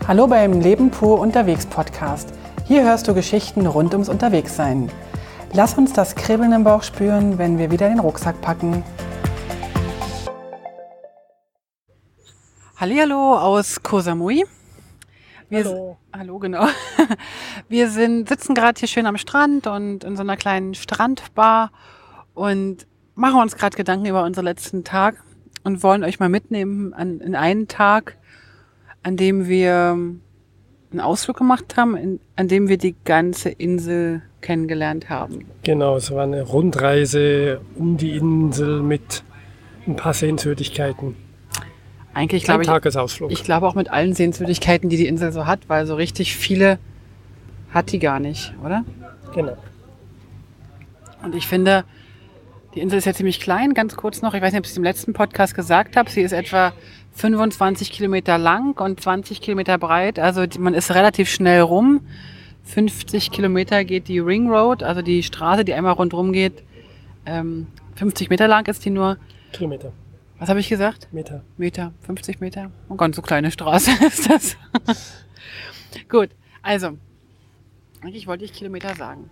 Hallo beim Leben pur unterwegs Podcast. Hier hörst du Geschichten rund ums Unterwegssein. Lass uns das Kribbeln im Bauch spüren, wenn wir wieder den Rucksack packen. Hallihallo aus Koh Samui. Hallo, genau. Wir sitzen gerade hier schön am Strand und in so einer kleinen Strandbar und machen uns gerade Gedanken über unseren letzten Tag und wollen euch mal mitnehmen in einen Tag, an dem wir einen Ausflug gemacht haben, an dem wir die ganze Insel kennengelernt haben. Genau, es war eine Rundreise um die Insel mit ein paar Sehenswürdigkeiten. Eigentlich glaube Tagesausflug. Ich glaube auch mit allen Sehenswürdigkeiten, die die Insel so hat, weil so richtig viele hat die gar nicht, oder? Genau. Und ich finde, die Insel ist ja ziemlich klein, ganz kurz noch, ich weiß nicht, ob ich es im letzten Podcast gesagt habe, sie ist etwa 25 Kilometer lang und 20 Kilometer breit, also man ist relativ schnell rum. 50 Kilometer geht die Ring Road, also die Straße, die einmal rundherum geht. 50 Meter lang ist die nur. Kilometer. Was habe ich gesagt? Meter, 50 Meter. Oh, ganz so kleine Straße ist das. Gut, also, eigentlich wollte ich Kilometer sagen.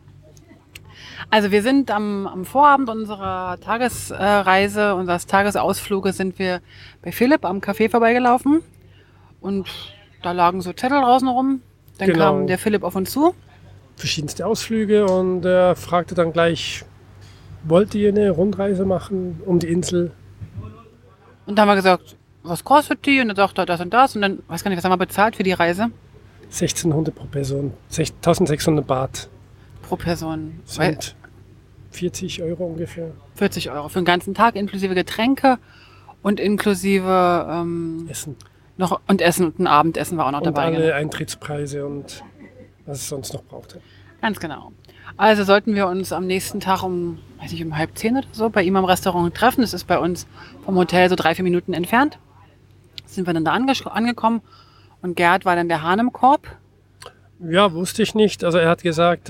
Also wir sind am Vorabend unserer Tagesreise, unseres Tagesausfluges, sind wir bei Philipp am Café vorbeigelaufen und da lagen so Zettel draußen rum. Dann kam der Philipp auf uns zu. Verschiedenste Ausflüge und er fragte dann gleich, wollt ihr eine Rundreise machen um die Insel? Und dann haben wir gesagt, was kostet die? Und dann sagt er das und das. Und dann, weiß gar nicht, was haben wir bezahlt für die Reise? 1600 pro Person, 1600 Baht. Pro Person. Sind 40 Euro ungefähr. 40 Euro für den ganzen Tag, inklusive Getränke und inklusive Essen. Und Essen und ein Abendessen war auch noch und dabei. Und alle genau. Eintrittspreise und was es sonst noch brauchte. Ganz genau. Also sollten wir uns am nächsten Tag um 9:30 oder so bei ihm am Restaurant treffen. Das ist bei uns vom Hotel so 3-4 Minuten entfernt. Sind wir dann da angekommen und Gerd war dann der Hahn im Korb. Ja, wusste ich nicht. Also er hat gesagt,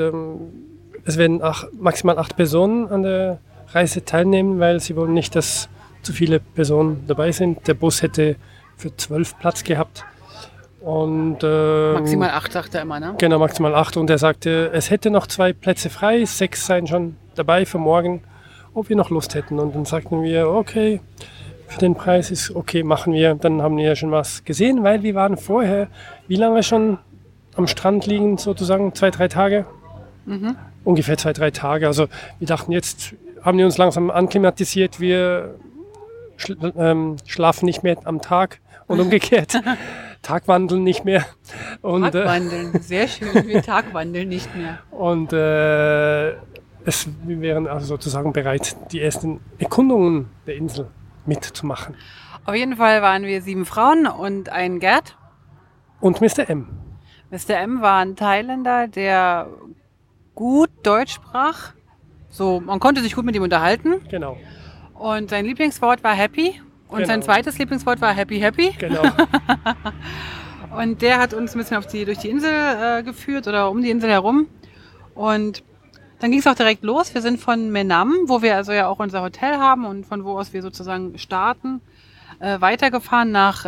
es werden maximal 8 Personen an der Reise teilnehmen, weil sie wollen nicht, dass zu viele Personen dabei sind. Der Bus hätte für 12 Platz gehabt. Und, maximal 8, sagt er immer, ne? Genau, maximal 8. Und er sagte, es hätte noch 2 Plätze frei, 6 seien schon dabei für morgen, ob wir noch Lust hätten. Und dann sagten wir, okay, für den Preis ist okay, machen wir. Dann haben wir schon was gesehen, weil wir waren vorher, wie lange schon am Strand liegen, sozusagen 2-3 Tage? Mhm. Ungefähr 2-3 Tage. Also wir dachten, jetzt haben wir uns langsam anklimatisiert, wir schlafen nicht mehr am Tag und umgekehrt. Tagwandeln nicht mehr. Und, Tagwandeln, sehr schön. Wir tagwandeln nicht mehr. Und wir wären also sozusagen bereit, die ersten Erkundungen der Insel mitzumachen. Auf jeden Fall waren wir 7 Frauen und ein Gerd. Und Mr. M. Mr. M war ein Thailänder, der gut Deutsch sprach. So, man konnte sich gut mit ihm unterhalten. Genau. Und sein Lieblingswort war happy. Und sein zweites Lieblingswort war happy, happy. Genau. Und der hat uns ein bisschen durch die Insel geführt oder um die Insel herum. Und dann ging es auch direkt los. Wir sind von Menam, wo wir also ja auch unser Hotel haben und von wo aus wir sozusagen starten, weitergefahren nach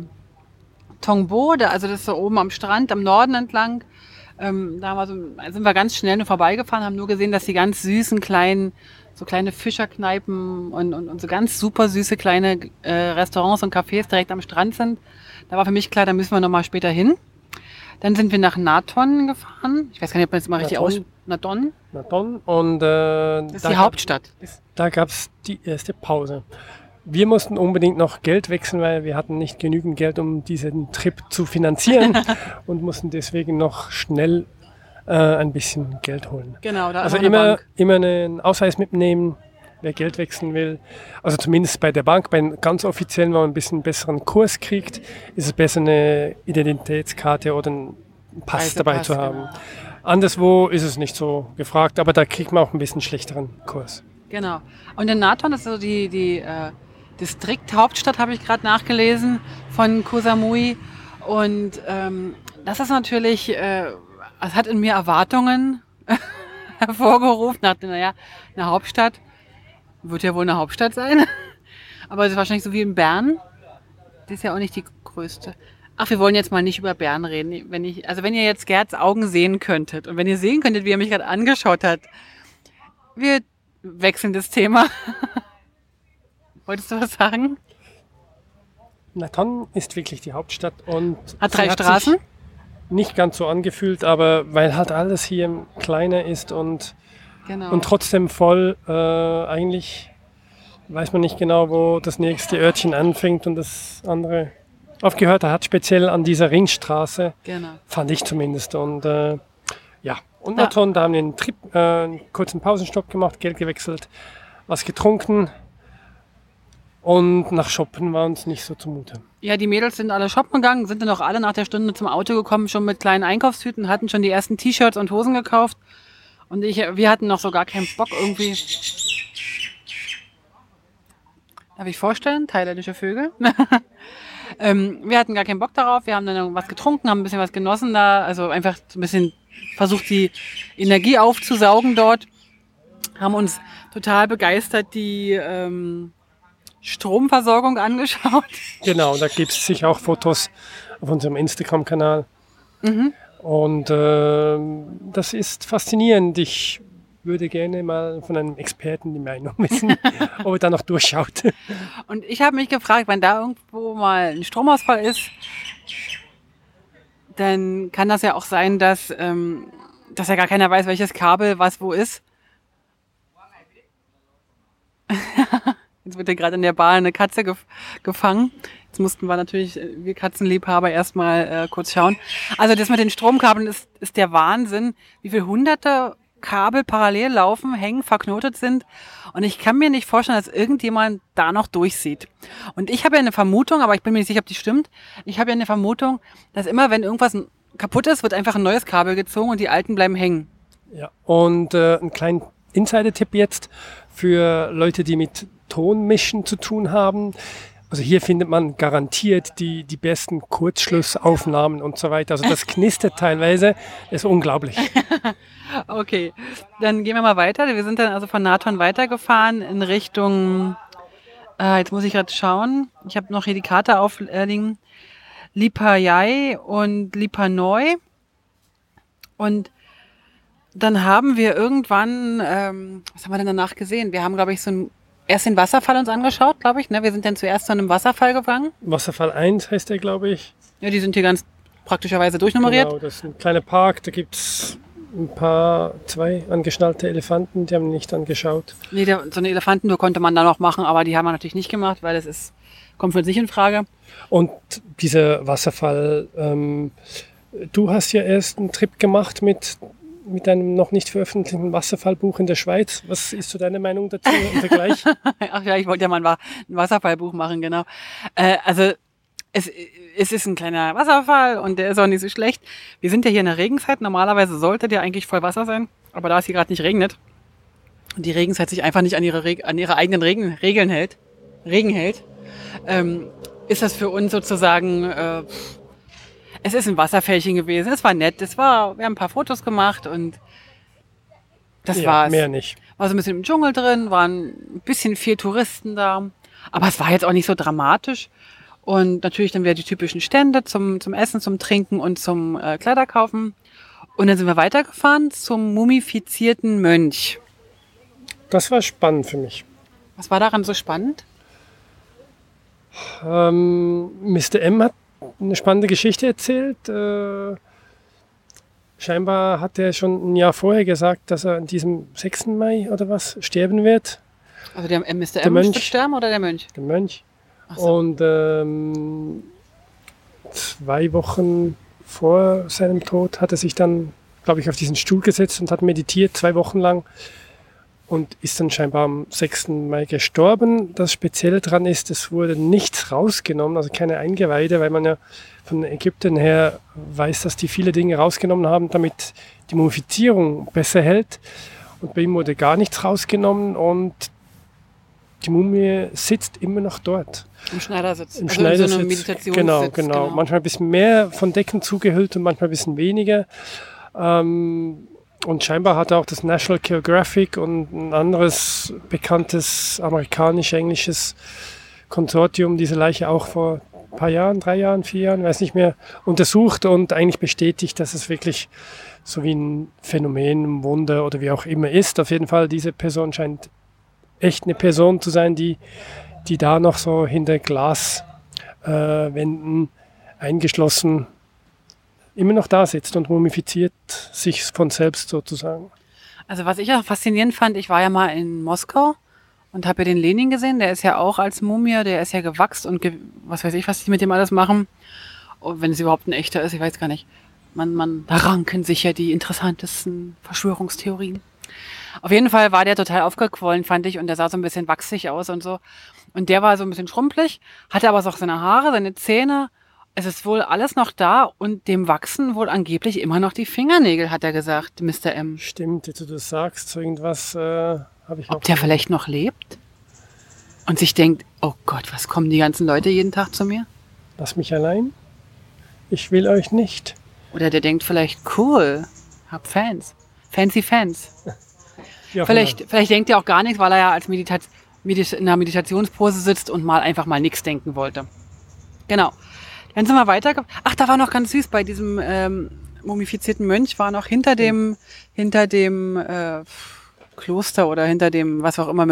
Tongbo. Also das ist so oben am Strand, am Norden entlang. Da sind wir ganz schnell nur vorbeigefahren, haben nur gesehen, dass die ganz süßen kleine Fischerkneipen und so ganz super süße kleine Restaurants und Cafés direkt am Strand sind. Da war für mich klar, da müssen wir nochmal später hin. Dann sind wir nach Nathon gefahren. Ich weiß gar nicht, ob man das mal richtig ausspricht. Nathon. Und das ist die Hauptstadt. Da gab es die erste Pause. Wir mussten unbedingt noch Geld wechseln, weil wir hatten nicht genügend Geld, um diesen Trip zu finanzieren und mussten deswegen noch schnell ein bisschen Geld holen. Genau, da also immer einen Ausweis mitnehmen, wer Geld wechseln will. Also zumindest bei der Bank, bei einem ganz offiziellen, wo man ein bisschen besseren Kurs kriegt, ist es besser, eine Identitätskarte oder einen Pass dabei zu haben. Genau. Anderswo ist es nicht so gefragt, aber da kriegt man auch ein bisschen schlechteren Kurs. Genau. Und in Nathon ist so die Distrikthauptstadt, habe ich gerade nachgelesen, von Koh Samui. Und das ist natürlich, es hat in mir Erwartungen hervorgerufen. Eine Hauptstadt wird ja wohl eine Hauptstadt sein. Aber es ist wahrscheinlich so wie in Bern. Das ist ja auch nicht die größte. Ach, wir wollen jetzt mal nicht über Bären reden. Wenn ihr jetzt Gerds Augen sehen könntet und wenn ihr sehen könntet, wie er mich gerade angeschaut hat, wir wechseln das Thema. Wolltest du was sagen? Nakhon ist wirklich die Hauptstadt und Hat 3 sie Straßen? sich nicht ganz so angefühlt, aber weil halt alles hier kleiner ist und Genau. trotzdem voll, eigentlich weiß man nicht genau, wo das nächste Örtchen anfängt und das andere aufgehört hat, speziell an dieser Ringstraße, Genau. fand ich zumindest. Und und Nakhon, da haben wir einen Trip, einen kurzen Pausenstopp gemacht, Geld gewechselt, was getrunken und nach Shoppen war uns nicht so zumute. Ja, die Mädels sind alle shoppen gegangen, sind dann auch alle nach der Stunde zum Auto gekommen, schon mit kleinen Einkaufstüten, hatten schon die ersten T-Shirts und Hosen gekauft. Und wir hatten noch so gar keinen Bock irgendwie. Darf ich vorstellen? Thailändische Vögel. Wir hatten gar keinen Bock darauf. Wir haben dann irgendwas getrunken, haben ein bisschen was genossen da. Also einfach so ein bisschen versucht, die Energie aufzusaugen dort. Haben uns total begeistert die Stromversorgung angeschaut. Genau, da gibt es sicher auch Fotos auf unserem Instagram-Kanal. Und das ist faszinierend. Ich würde gerne mal von einem Experten die Meinung wissen, ob er da noch durchschaut. Und ich habe mich gefragt, wenn da irgendwo mal ein Stromausfall ist, dann kann das ja auch sein, dass ja gar keiner weiß, welches Kabel was wo ist. Jetzt wird ja gerade in der Bar eine Katze gefangen. Jetzt mussten wir natürlich, wir Katzenliebhaber, erstmal kurz schauen. Also das mit den Stromkabeln ist der Wahnsinn, wie viele hunderte Kabel parallel laufen, hängen, verknotet sind. Und ich kann mir nicht vorstellen, dass irgendjemand da noch durchsieht. Und ich habe ja eine Vermutung, aber ich bin mir nicht sicher, ob die stimmt. Ich habe ja eine Vermutung, dass immer, wenn irgendwas kaputt ist, wird einfach ein neues Kabel gezogen und die alten bleiben hängen. Ja, und einen kleinen Insider-Tipp jetzt für Leute, die mit Tonmischen zu tun haben. Also hier findet man garantiert die besten Kurzschlussaufnahmen und so weiter. Also das knistert teilweise, ist unglaublich. Okay, dann gehen wir mal weiter. Wir sind dann also von Nakhon weitergefahren in Richtung, jetzt muss ich gerade schauen, ich habe noch hier die Karte aufliegen, Lipa Yai und Lipa Noi. Und dann haben wir irgendwann, was haben wir denn danach gesehen? Wir haben, glaube ich, erst den Wasserfall uns angeschaut, glaube ich. Ne? Wir sind dann zuerst zu einem Wasserfall gegangen. Wasserfall 1 heißt der, glaube ich. Ja, die sind hier ganz praktischerweise durchnummeriert. Genau, das ist ein kleiner Park, da gibt es zwei angeschnallte Elefanten, die haben nicht angeschaut. Nee, so eine Elefantentour konnte man da noch machen, aber die haben wir natürlich nicht gemacht, weil kommt für uns nicht in Frage. Und dieser Wasserfall, du hast ja erst einen Trip gemacht mit einem noch nicht veröffentlichten Wasserfallbuch in der Schweiz. Was ist so deine Meinung dazu im Vergleich? Ach ja, ich wollte ja mal ein Wasserfallbuch machen, genau. Also es ist ein kleiner Wasserfall und der ist auch nicht so schlecht. Wir sind ja hier in der Regenzeit. Normalerweise sollte der eigentlich voll Wasser sein, aber da es hier gerade nicht regnet und die Regenzeit sich einfach nicht an ihre eigenen Regen hält, ist das für uns sozusagen, es ist ein Wasserfällchen gewesen. Es war nett, wir haben ein paar Fotos gemacht und das war's. Mehr nicht. War so ein bisschen im Dschungel drin, waren ein bisschen viel Touristen da, aber es war jetzt auch nicht so dramatisch. Und natürlich dann wieder die typischen Stände zum Essen, zum Trinken und zum Kleider kaufen. Und dann sind wir weitergefahren zum mumifizierten Mönch. Das war spannend für mich. Was war daran so spannend? Mr. M hat eine spannende Geschichte erzählt. Scheinbar hat er schon ein Jahr vorher gesagt, dass er an diesem 6. Mai oder was sterben wird. Also der Mr. M wird sterben oder der Mönch? Der Mönch. Ach so. Und 2 Wochen vor seinem Tod hat er sich dann, glaube ich, auf diesen Stuhl gesetzt und hat meditiert 2 Wochen lang und ist dann scheinbar am 6. Mai gestorben. Das Spezielle daran ist, es wurde nichts rausgenommen, also keine Eingeweide, weil man ja von Ägypten her weiß, dass die viele Dinge rausgenommen haben, damit die Mumifizierung besser hält. Und bei ihm wurde gar nichts rausgenommen und die Mumie sitzt immer noch dort. Im Schneidersitz. Im also Schneidersitz. In so einem Meditationssitz. Genau. Manchmal ein bisschen mehr von Decken zugehüllt und manchmal ein bisschen weniger. Und scheinbar hat auch das National Geographic und ein anderes bekanntes amerikanisch-englisches Konsortium diese Leiche auch vor paar Jahren, 3 Jahren, 4 Jahren, weiß nicht mehr, untersucht und eigentlich bestätigt, dass es wirklich so wie ein Phänomen, ein Wunder oder wie auch immer ist. Auf jeden Fall, diese Person scheint echt eine Person zu sein, die da noch so hinter Glaswänden eingeschlossen immer noch da sitzt und mumifiziert sich von selbst sozusagen. Also was ich auch faszinierend fand, ich war ja mal in Moskau und habe ja den Lenin gesehen, der ist ja auch als Mumie, der ist ja gewachst und was weiß ich, was die mit dem alles machen. Und wenn es überhaupt ein echter ist, ich weiß gar nicht. Da ranken sich ja die interessantesten Verschwörungstheorien. Auf jeden Fall war der total aufgequollen, fand ich, und der sah so ein bisschen wachsig aus und so. Und der war so ein bisschen schrumpelig, hatte aber auch seine Haare, seine Zähne. Es ist wohl alles noch da und dem wachsen wohl angeblich immer noch die Fingernägel, hat er gesagt, Mr. M. Stimmt, jetzt du das sagst, so irgendwas habe ich auch. Ob der vielleicht noch lebt und sich denkt, oh Gott, was kommen die ganzen Leute jeden Tag zu mir? Lass mich allein, ich will euch nicht. Oder der denkt vielleicht, cool, hab Fans, fancy Fans. Ja, Vielleicht denkt er auch gar nichts, weil er ja als in einer Meditationspose sitzt und einfach mal nichts denken wollte. Genau. Dann sind wir weiter. Ach, da war noch ganz süß, bei diesem mumifizierten Mönch war noch hinter dem Kloster oder hinter dem, was auch immer,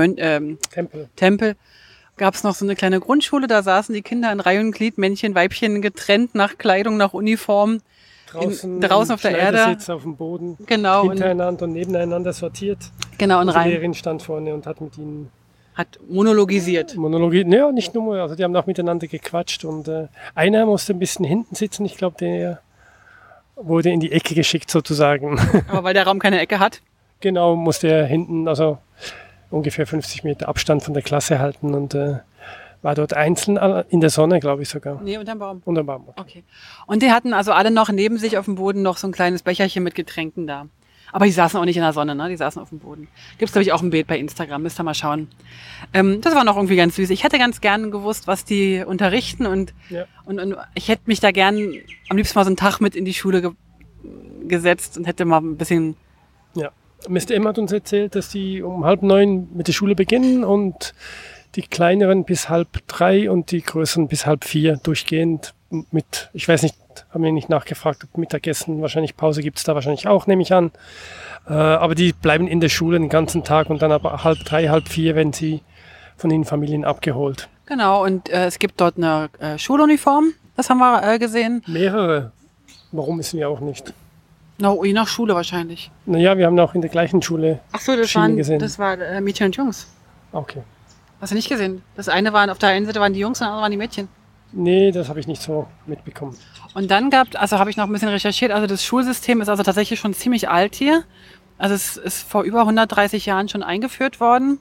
Tempel, gab es noch so eine kleine Grundschule. Da saßen die Kinder in Reihe und Glied, Männchen, Weibchen getrennt nach Kleidung, nach Uniform. Draußen auf der Erde. Auf dem Boden, genau, hintereinander und nebeneinander sortiert. Genau, und die Lehrerin stand vorne und hat mit ihnen monologisiert. Ja, nicht nur, also die haben auch miteinander gequatscht und einer musste ein bisschen hinten sitzen. Ich glaube, der wurde in die Ecke geschickt sozusagen. Aber weil der Raum keine Ecke hat? Genau, musste er hinten, also ungefähr 50 Meter Abstand von der Klasse halten und war dort einzeln in der Sonne, glaube ich sogar. Nee, unterm Baum. Unterm Baum. Okay. Und die hatten also alle noch neben sich auf dem Boden noch so ein kleines Becherchen mit Getränken da. Aber die saßen auch nicht in der Sonne, ne? Die saßen auf dem Boden. Gibt's, glaube ich, auch ein Bild bei Instagram. Müsst ihr mal schauen. Das war noch irgendwie ganz süß. Ich hätte ganz gern gewusst, was die unterrichten und ich hätte mich da gern am liebsten mal so einen Tag mit in die Schule gesetzt und hätte mal ein bisschen... Ja. Mr. M hat uns erzählt, dass die um 8:30 mit der Schule beginnen und die kleineren bis 2:30 und die größeren bis 3:30 durchgehend mit, ich weiß nicht, haben wir nicht nachgefragt, ob Mittagessen, wahrscheinlich Pause gibt es da wahrscheinlich auch, nehme ich an. Aber die bleiben in der Schule den ganzen Tag und dann aber 3:30, 3:30 werden sie von den Familien abgeholt. Genau, und es gibt dort eine Schuluniform, das haben wir gesehen. Mehrere, warum wissen wir auch nicht. Je nach Schule wahrscheinlich. Naja, wir haben auch in der gleichen Schule gesehen. Das war Mädchen und Jungs. Okay. Hast du nicht gesehen? Das eine waren, auf der einen Seite waren die Jungs und auf der anderen waren die Mädchen. Nee, das habe ich nicht so mitbekommen. Und dann habe ich noch ein bisschen recherchiert, also das Schulsystem ist also tatsächlich schon ziemlich alt hier. Also es ist vor über 130 Jahren schon eingeführt worden.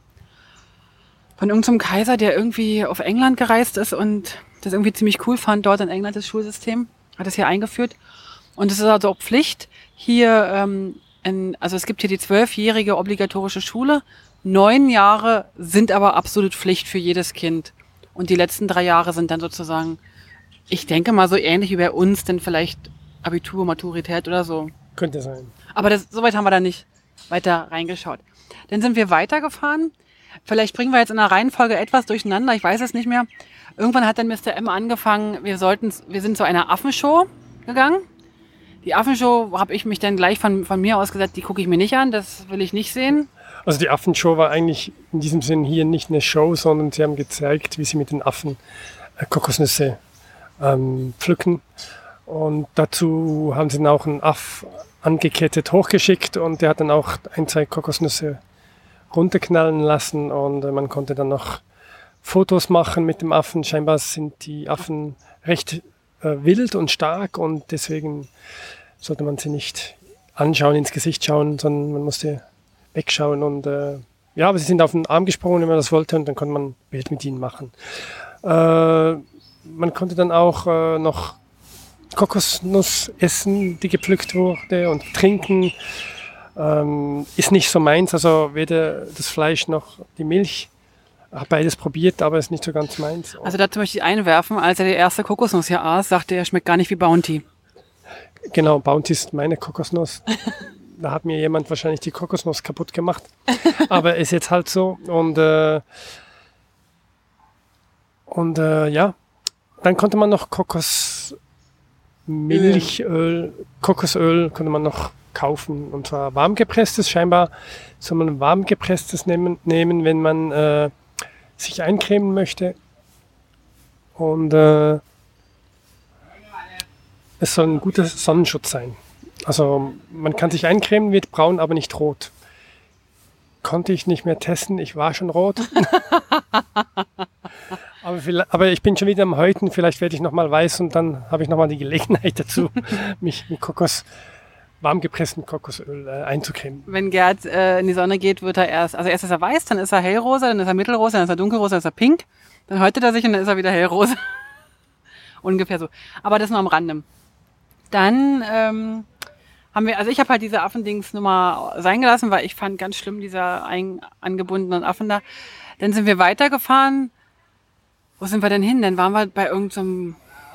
Von irgendeinem Kaiser, der irgendwie auf England gereist ist und das irgendwie ziemlich cool fand, dort in England das Schulsystem. Hat es hier eingeführt. Und es ist also auch Pflicht, hier, also es gibt hier die 12-jährige obligatorische Schule. 9 Jahre sind aber absolut Pflicht für jedes Kind. Und die letzten 3 Jahre sind dann sozusagen, ich denke mal so ähnlich wie bei uns, denn vielleicht Abitur, Maturität oder so. Könnte sein. Aber soweit haben wir da nicht weiter reingeschaut. Dann sind wir weitergefahren. Vielleicht bringen wir jetzt in der Reihenfolge etwas durcheinander, ich weiß es nicht mehr. Irgendwann hat dann Mr. M angefangen, wir sind zu einer Affenshow gegangen. Die Affenshow habe ich mich dann gleich von mir aus gesagt, die gucke ich mir nicht an, das will ich nicht sehen. Also die Affenshow war eigentlich in diesem Sinn hier nicht eine Show, sondern sie haben gezeigt, wie sie mit den Affen Kokosnüsse pflücken. Und dazu haben sie dann auch einen Aff angekettet hochgeschickt und der hat dann auch 1, 2 Kokosnüsse runterknallen lassen und man konnte dann noch Fotos machen mit dem Affen. Scheinbar sind die Affen recht wild und stark und deswegen sollte man sie nicht anschauen, ins Gesicht schauen, sondern man musste wegschauen und aber sie sind auf den Arm gesprungen, wenn man das wollte und dann konnte man ein Bild mit ihnen machen. Man konnte dann auch noch Kokosnuss essen, die gepflückt wurde und trinken. Ist nicht so meins, also weder das Fleisch noch die Milch. Habe beides probiert, aber ist nicht so ganz meins. Also dazu möchte ich einwerfen, als er die erste Kokosnuss hier aß, sagte er schmeckt gar nicht wie Bounty. Genau, Bounty ist meine Kokosnuss. Da hat mir jemand wahrscheinlich die Kokosnuss kaputt gemacht. Aber ist jetzt halt so. Und dann konnte man noch Kokosöl konnte man noch kaufen. Und zwar warmgepresstes. Scheinbar soll man warmgepresstes nehmen, wenn man sich eincremen möchte. Und es soll ein guter Sonnenschutz sein. Also man kann sich eincremen, wird braun, aber nicht rot. Konnte ich nicht mehr testen, ich war schon rot. aber ich bin schon wieder am Häuten, vielleicht werde ich nochmal weiß und dann habe ich nochmal die Gelegenheit dazu, mich mit warmgepresstem Kokosöl einzucremen. Wenn Gerd in die Sonne geht, wird er erst ist er weiß, dann ist er hellrosa, dann ist er mittelrosa, dann ist er dunkelrosa, dann ist er pink. Dann häutet er sich und dann ist er wieder hellrosa. Ungefähr so. Aber das nur am Rande. Dann ich habe halt diese Affendingsnummer sein gelassen, weil ich fand ganz schlimm, dieser angebundenen Affen da. Dann sind wir weitergefahren. Wo sind wir denn hin? Dann waren wir bei irgendeinem,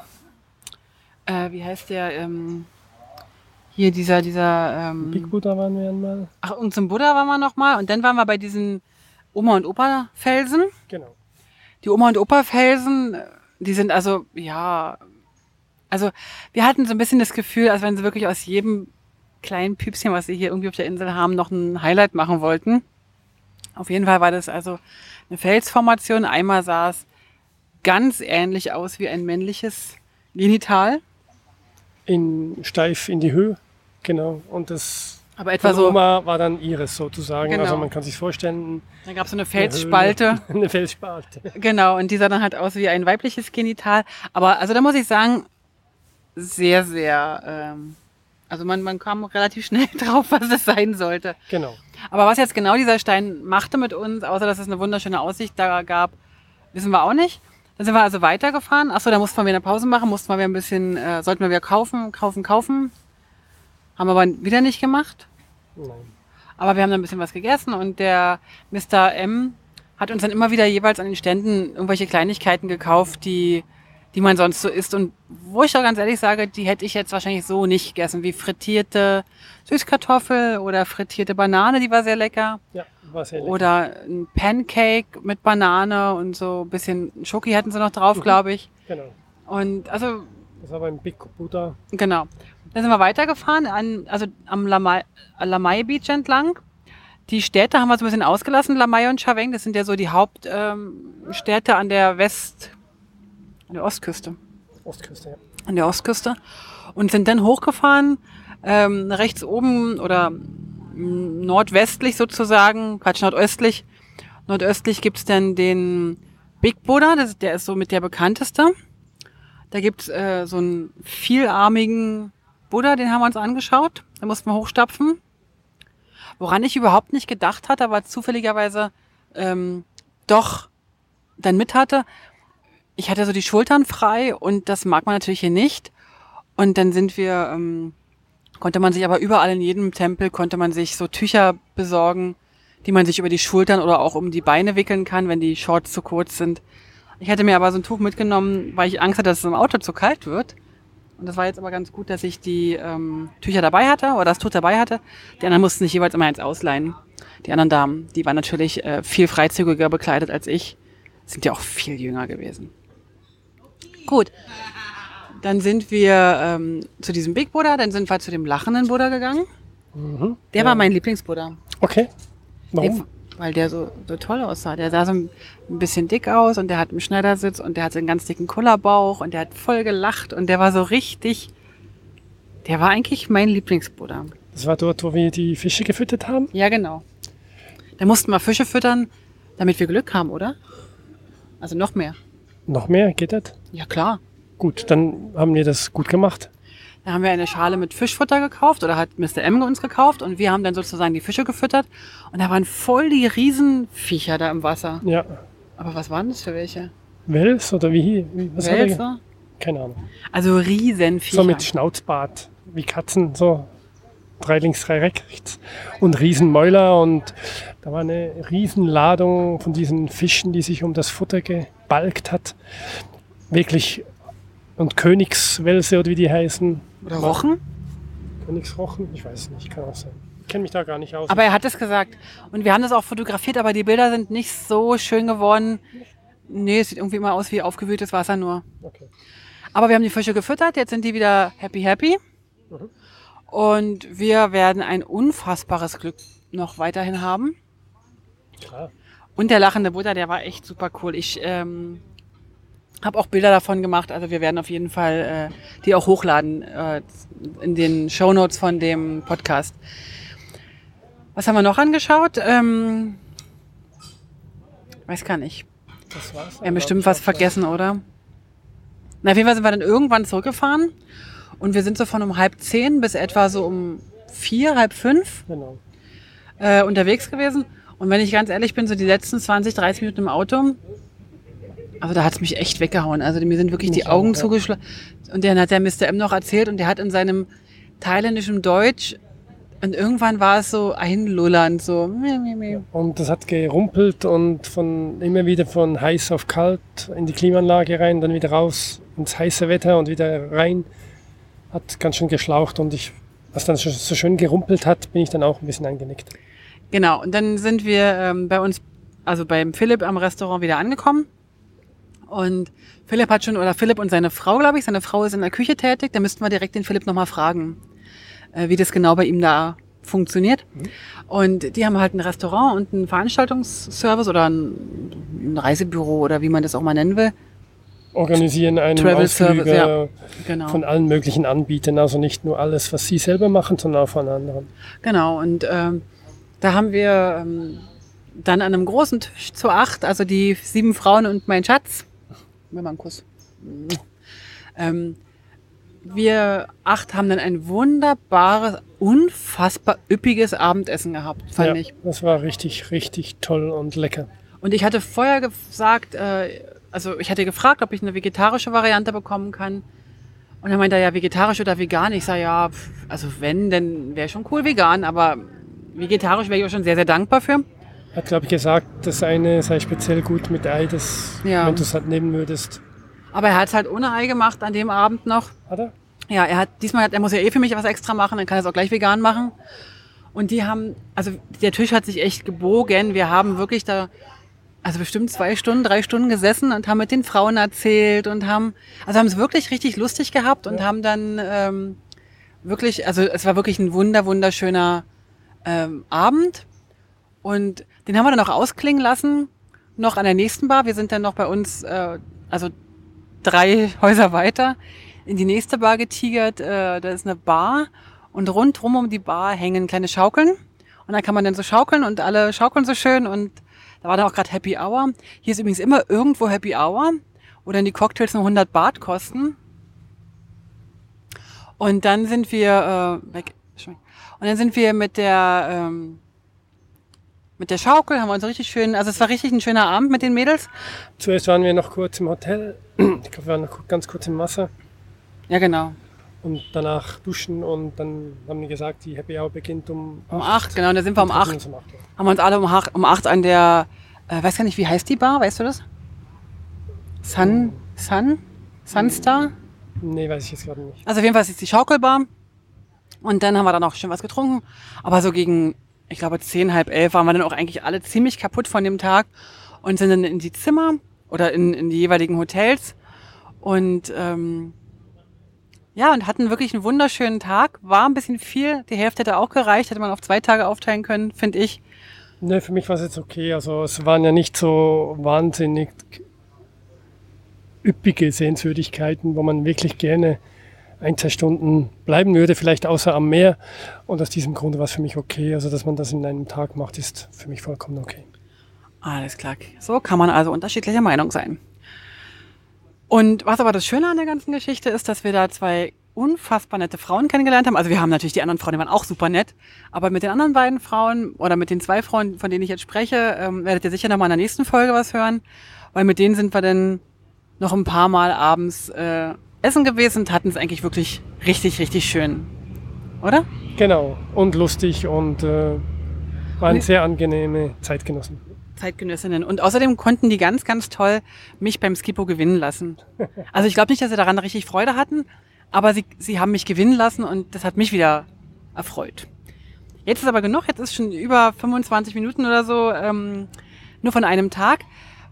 wie heißt der, hier dieser Big Buddha waren wir einmal. Ach, irgendeinem Buddha waren wir nochmal. Und dann waren wir bei diesen Oma- und Opa-Felsen. Genau. Die Oma- und Opa-Felsen, die sind also wir hatten so ein bisschen das Gefühl, als wenn sie wirklich aus jedem kleinen Püpschen, was sie hier irgendwie auf der Insel haben, noch ein Highlight machen wollten. Auf jeden Fall war das also eine Felsformation. Einmal sah es ganz ähnlich aus wie ein männliches Genital. Steif in die Höhe, genau. Und das aber etwa von Oma war dann ihres sozusagen. Genau. Also man kann sich vorstellen. Da gab es so eine Felsspalte. Eine Felsspalte. Genau, und die sah dann halt aus wie ein weibliches Genital. Aber also da muss ich sagen, sehr, sehr, man kam relativ schnell drauf, was es sein sollte. Genau. Aber was jetzt genau dieser Stein machte mit uns, außer dass es eine wunderschöne Aussicht da gab, wissen wir auch nicht. Dann sind wir also weitergefahren. Achso, da mussten wir wieder eine Pause machen, sollten wir wieder kaufen. Haben wir aber wieder nicht gemacht. Nein. Aber wir haben dann ein bisschen was gegessen und der Mr. M hat uns dann immer wieder jeweils an den Ständen irgendwelche Kleinigkeiten gekauft, die man sonst so isst. Und wo ich doch ganz ehrlich sage, die hätte ich jetzt wahrscheinlich so nicht gegessen, wie frittierte Süßkartoffel oder frittierte Banane, die war sehr lecker. Ja, war sehr lecker. Oder ein Pancake mit Banane und so ein bisschen Schoki hatten sie noch drauf, glaube ich. Genau. Und also... Das war beim Big Buddha. Genau. Dann sind wir weitergefahren, am Lamai Beach entlang. Die Städte haben wir so ein bisschen ausgelassen, Lamai und Chaweng. Das sind ja so die Hauptstädte an der Ostküste. Ostküste, ja. An der Ostküste. Und sind dann hochgefahren, rechts oben oder nordwestlich sozusagen, nordöstlich. Nordöstlich gibt's dann den Big Buddha, der ist so mit der bekannteste. Da gibt's so einen vielarmigen Buddha, den haben wir uns angeschaut. Da mussten wir hochstapfen. Woran ich überhaupt nicht gedacht hatte, aber zufälligerweise doch dann mit hatte. Ich hatte so die Schultern frei und das mag man natürlich hier nicht. Und dann konnte man sich aber überall in jedem Tempel, konnte man sich so Tücher besorgen, die man sich über die Schultern oder auch um die Beine wickeln kann, wenn die Shorts zu kurz sind. Ich hätte mir aber so ein Tuch mitgenommen, weil ich Angst hatte, dass es im Auto zu kalt wird. Und das war jetzt aber ganz gut, dass ich die Tücher dabei hatte oder das Tuch dabei hatte. Die anderen mussten sich jeweils immer eins ausleihen. Die anderen Damen, die waren natürlich viel freizügiger bekleidet als ich. Sind ja auch viel jünger gewesen. Gut, dann sind wir zu diesem Big Buddha, dann sind wir zu dem lachenden Buddha gegangen. Mhm. Der war mein Lieblingsbuddha. Okay. Warum? Weil der so toll aussah. Der sah so ein bisschen dick aus und der hat einen Schneidersitz und der hat so einen ganz dicken Kullerbauch und der hat voll gelacht und der war so richtig, der war eigentlich mein Lieblingsbuddha. Das war dort, wo wir die Fische gefüttert haben? Ja, genau. Da mussten wir Fische füttern, damit wir Glück haben, oder? Also noch mehr. Noch mehr? Geht das? Ja, klar. Gut, dann haben wir das gut gemacht. Da haben wir eine Schale mit Fischfutter gekauft oder hat Mr. M uns gekauft und wir haben dann sozusagen die Fische gefüttert und da waren voll die Riesenviecher da im Wasser. Ja. Aber was waren das für welche? Wels oder wie? Was Wälse? Keine Ahnung. Also Riesenviecher. So mit Schnauzbart, wie Katzen, so 3 links, 3 rechts und Riesenmäuler und da war eine Riesenladung von diesen Fischen, die sich um das Futter gebalgt hat. Wirklich. Und Königswelse oder wie die heißen. Oder Rochen? Königsrochen? Ich weiß es nicht, kann auch sein. Ich kenne mich da gar nicht aus. Aber er hat es gesagt. Und wir haben das auch fotografiert, aber die Bilder sind nicht so schön geworden, Nee, es sieht irgendwie immer aus wie aufgewühltes Wasser nur. Okay. Aber wir haben die Fische gefüttert, jetzt sind die wieder happy. Mhm. Und wir werden ein unfassbares Glück noch weiterhin haben. Klar. Und der lachende Buddha, der war echt super cool. Ich habe auch Bilder davon gemacht. Also wir werden auf jeden Fall die auch hochladen in den Shownotes von dem Podcast. Was haben wir noch angeschaut? Weiß gar nicht. Das war's. Wir haben bestimmt was vergessen, oder? Na, auf jeden Fall sind wir dann irgendwann zurückgefahren. Und wir sind so von um 9:30 bis etwa so um 4, 4:30 Genau. unterwegs gewesen. Und wenn ich ganz ehrlich bin, so die letzten 20, 30 Minuten im Auto, also da hat es mich echt weggehauen. Also mir sind wirklich die Augen zugeschlagen. Und dann hat der Mr. M noch erzählt und der hat in seinem thailändischen Deutsch, und irgendwann war es so einlullernd, so. Und das hat gerumpelt und immer wieder von heiß auf kalt in die Klimaanlage rein, dann wieder raus ins heiße Wetter und wieder rein. Hat ganz schön geschlaucht und was dann so schön gerumpelt hat, bin ich dann auch ein bisschen eingenickt. Genau, und dann sind wir bei uns, also beim Philipp am Restaurant wieder angekommen. Und Philipp und seine Frau, glaube ich, seine Frau ist in der Küche tätig, da müssten wir direkt den Philipp nochmal fragen, wie das genau bei ihm da funktioniert. Und die haben halt ein Restaurant und einen Veranstaltungsservice oder ein Reisebüro oder wie man das auch mal nennen will. Organisieren einen Travel Ausflüge Service, ja, genau. von allen möglichen Anbietern, also nicht nur alles, was sie selber machen, sondern auch von anderen. Genau, und da haben wir dann an einem großen Tisch zu 8, also die 7 Frauen und mein Schatz, mir mal einen Kuss. Wir 8 haben dann ein wunderbares, unfassbar üppiges Abendessen gehabt, fand ich. Das war richtig, richtig toll und lecker. Und ich hatte vorher gesagt, also ich hatte gefragt, ob ich eine vegetarische Variante bekommen kann. Und er meinte, ja, vegetarisch oder vegan. Ich sage, ja, also wenn, dann wäre schon cool vegan, aber vegetarisch wäre ich auch schon sehr, sehr dankbar für. Er hat, glaube ich, gesagt, das eine sei speziell gut mit Ei, wenn du es halt nehmen würdest. Aber er hat es halt ohne Ei gemacht an dem Abend noch. Hat er? Ja, er muss ja für mich was extra machen, dann kann er es auch gleich vegan machen. Und also der Tisch hat sich echt gebogen. Wir haben wirklich da, also bestimmt 2 Stunden, 3 Stunden gesessen und haben mit den Frauen erzählt und haben es wirklich richtig lustig gehabt und haben dann wirklich, also es war wirklich ein wunderschöner Abend. Und den haben wir dann auch ausklingen lassen, noch an der nächsten Bar. Wir sind dann noch bei uns, also 3 Häuser weiter, in die nächste Bar getigert. Da ist eine Bar und rundrum um die Bar hängen kleine Schaukeln. Und da kann man dann so schaukeln und alle schaukeln so schön. Und da war dann auch gerade Happy Hour. Hier ist übrigens immer irgendwo Happy Hour, wo dann die Cocktails nur 100 Baht kosten. Und dann sind wir mit der Schaukel haben wir uns richtig schön, also es war richtig ein schöner Abend mit den Mädels. Zuerst waren wir noch kurz im Hotel, ich glaube, wir waren noch ganz kurz im Wasser. Ja, genau. Und danach duschen und dann haben die gesagt, die Happy Hour beginnt um 8. Genau, und da sind wir um 8. Um 8 haben wir uns alle um 8 an der, weiß gar nicht, wie heißt die Bar, weißt du das? Sunstar? Nee, weiß ich jetzt gerade nicht. Also auf jeden Fall ist es die Schaukelbar. Und dann haben wir dann auch schön was getrunken. Aber so gegen, ich glaube 10, halb 11 waren wir dann auch eigentlich alle ziemlich kaputt von dem Tag und sind dann in die Zimmer oder in die jeweiligen Hotels und und hatten wirklich einen wunderschönen Tag. War ein bisschen viel, die Hälfte hätte auch gereicht, hätte man auf 2 Tage aufteilen können, finde ich. Ne, für mich war es jetzt okay. Also es waren ja nicht so wahnsinnig üppige Sehenswürdigkeiten, wo man wirklich gerne 1-2 Stunden bleiben würde, vielleicht außer am Meer. Und aus diesem Grunde war es für mich okay. Also, dass man das in einem Tag macht, ist für mich vollkommen okay. Alles klar. So kann man also unterschiedlicher Meinung sein. Und was aber das Schöne an der ganzen Geschichte ist, dass wir da 2 unfassbar nette Frauen kennengelernt haben. Also wir haben natürlich die anderen Frauen, die waren auch super nett. Aber mit den anderen beiden Frauen oder mit den 2 Frauen, von denen ich jetzt spreche, werdet ihr sicher noch mal in der nächsten Folge was hören. Weil mit denen sind wir dann noch ein paar Mal abends essen gewesen und hatten es eigentlich wirklich richtig, richtig schön. Oder? Genau. Und lustig und waren sehr angenehme Zeitgenossen. Zeitgenössinnen. Und außerdem konnten die ganz, ganz toll mich beim Skippo gewinnen lassen. Also ich glaube nicht, dass sie daran richtig Freude hatten, aber sie haben mich gewinnen lassen und das hat mich wieder erfreut. Jetzt ist aber genug, jetzt ist schon über 25 Minuten oder so nur von einem Tag.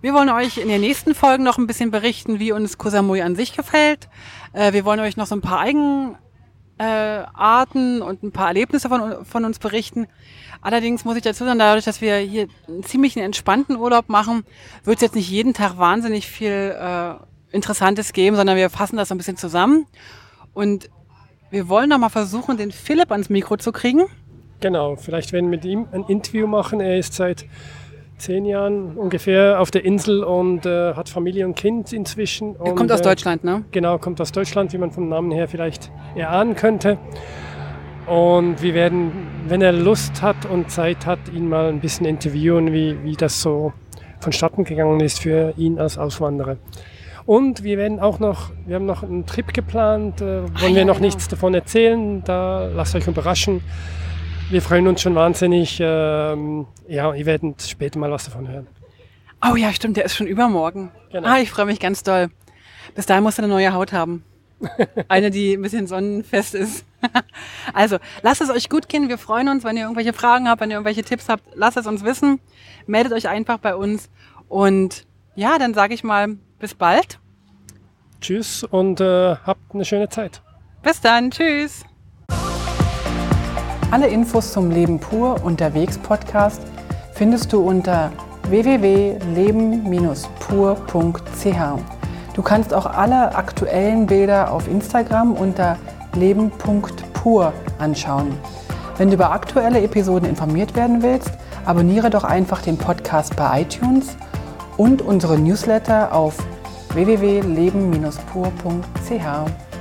Wir wollen euch in den nächsten Folgen noch ein bisschen berichten, wie uns Koh Samui an sich gefällt. Wir wollen euch noch so ein paar Eigenarten und ein paar Erlebnisse von uns berichten. Allerdings muss ich dazu sagen, dadurch, dass wir hier einen ziemlich entspannten Urlaub machen, wird es jetzt nicht jeden Tag wahnsinnig viel Interessantes geben, sondern wir fassen das so ein bisschen zusammen. Und wir wollen noch mal versuchen, den Philipp ans Mikro zu kriegen. Genau, vielleicht werden wir mit ihm ein Interview machen. Er ist seit 10 Jahren ungefähr auf der Insel und hat Familie und Kind inzwischen. Er kommt aus Deutschland, ne? Genau, kommt aus Deutschland, wie man vom Namen her vielleicht erahnen könnte. Und wir werden, wenn er Lust hat und Zeit hat, ihn mal ein bisschen interviewen, wie das so vonstatten gegangen ist für ihn als Auswanderer. Und wir haben noch einen Trip geplant, wollen wir noch nichts davon erzählen, da lasst euch überraschen. Wir freuen uns schon wahnsinnig. Ihr werdet später mal was davon hören. Oh ja, stimmt, der ist schon übermorgen. Genau. Ich freue mich ganz doll. Bis dahin musst du eine neue Haut haben. Eine, die ein bisschen sonnenfest ist. Also, lasst es euch gut gehen. Wir freuen uns, wenn ihr irgendwelche Fragen habt, wenn ihr irgendwelche Tipps habt, lasst es uns wissen. Meldet euch einfach bei uns. Und ja, dann sage ich mal, bis bald. Tschüss und habt eine schöne Zeit. Bis dann, tschüss. Alle Infos zum Leben pur unterwegs Podcast findest du unter www.leben-pur.ch. Du kannst auch alle aktuellen Bilder auf Instagram unter leben.pur anschauen. Wenn du über aktuelle Episoden informiert werden willst, abonniere doch einfach den Podcast bei iTunes und unsere Newsletter auf www.leben-pur.ch.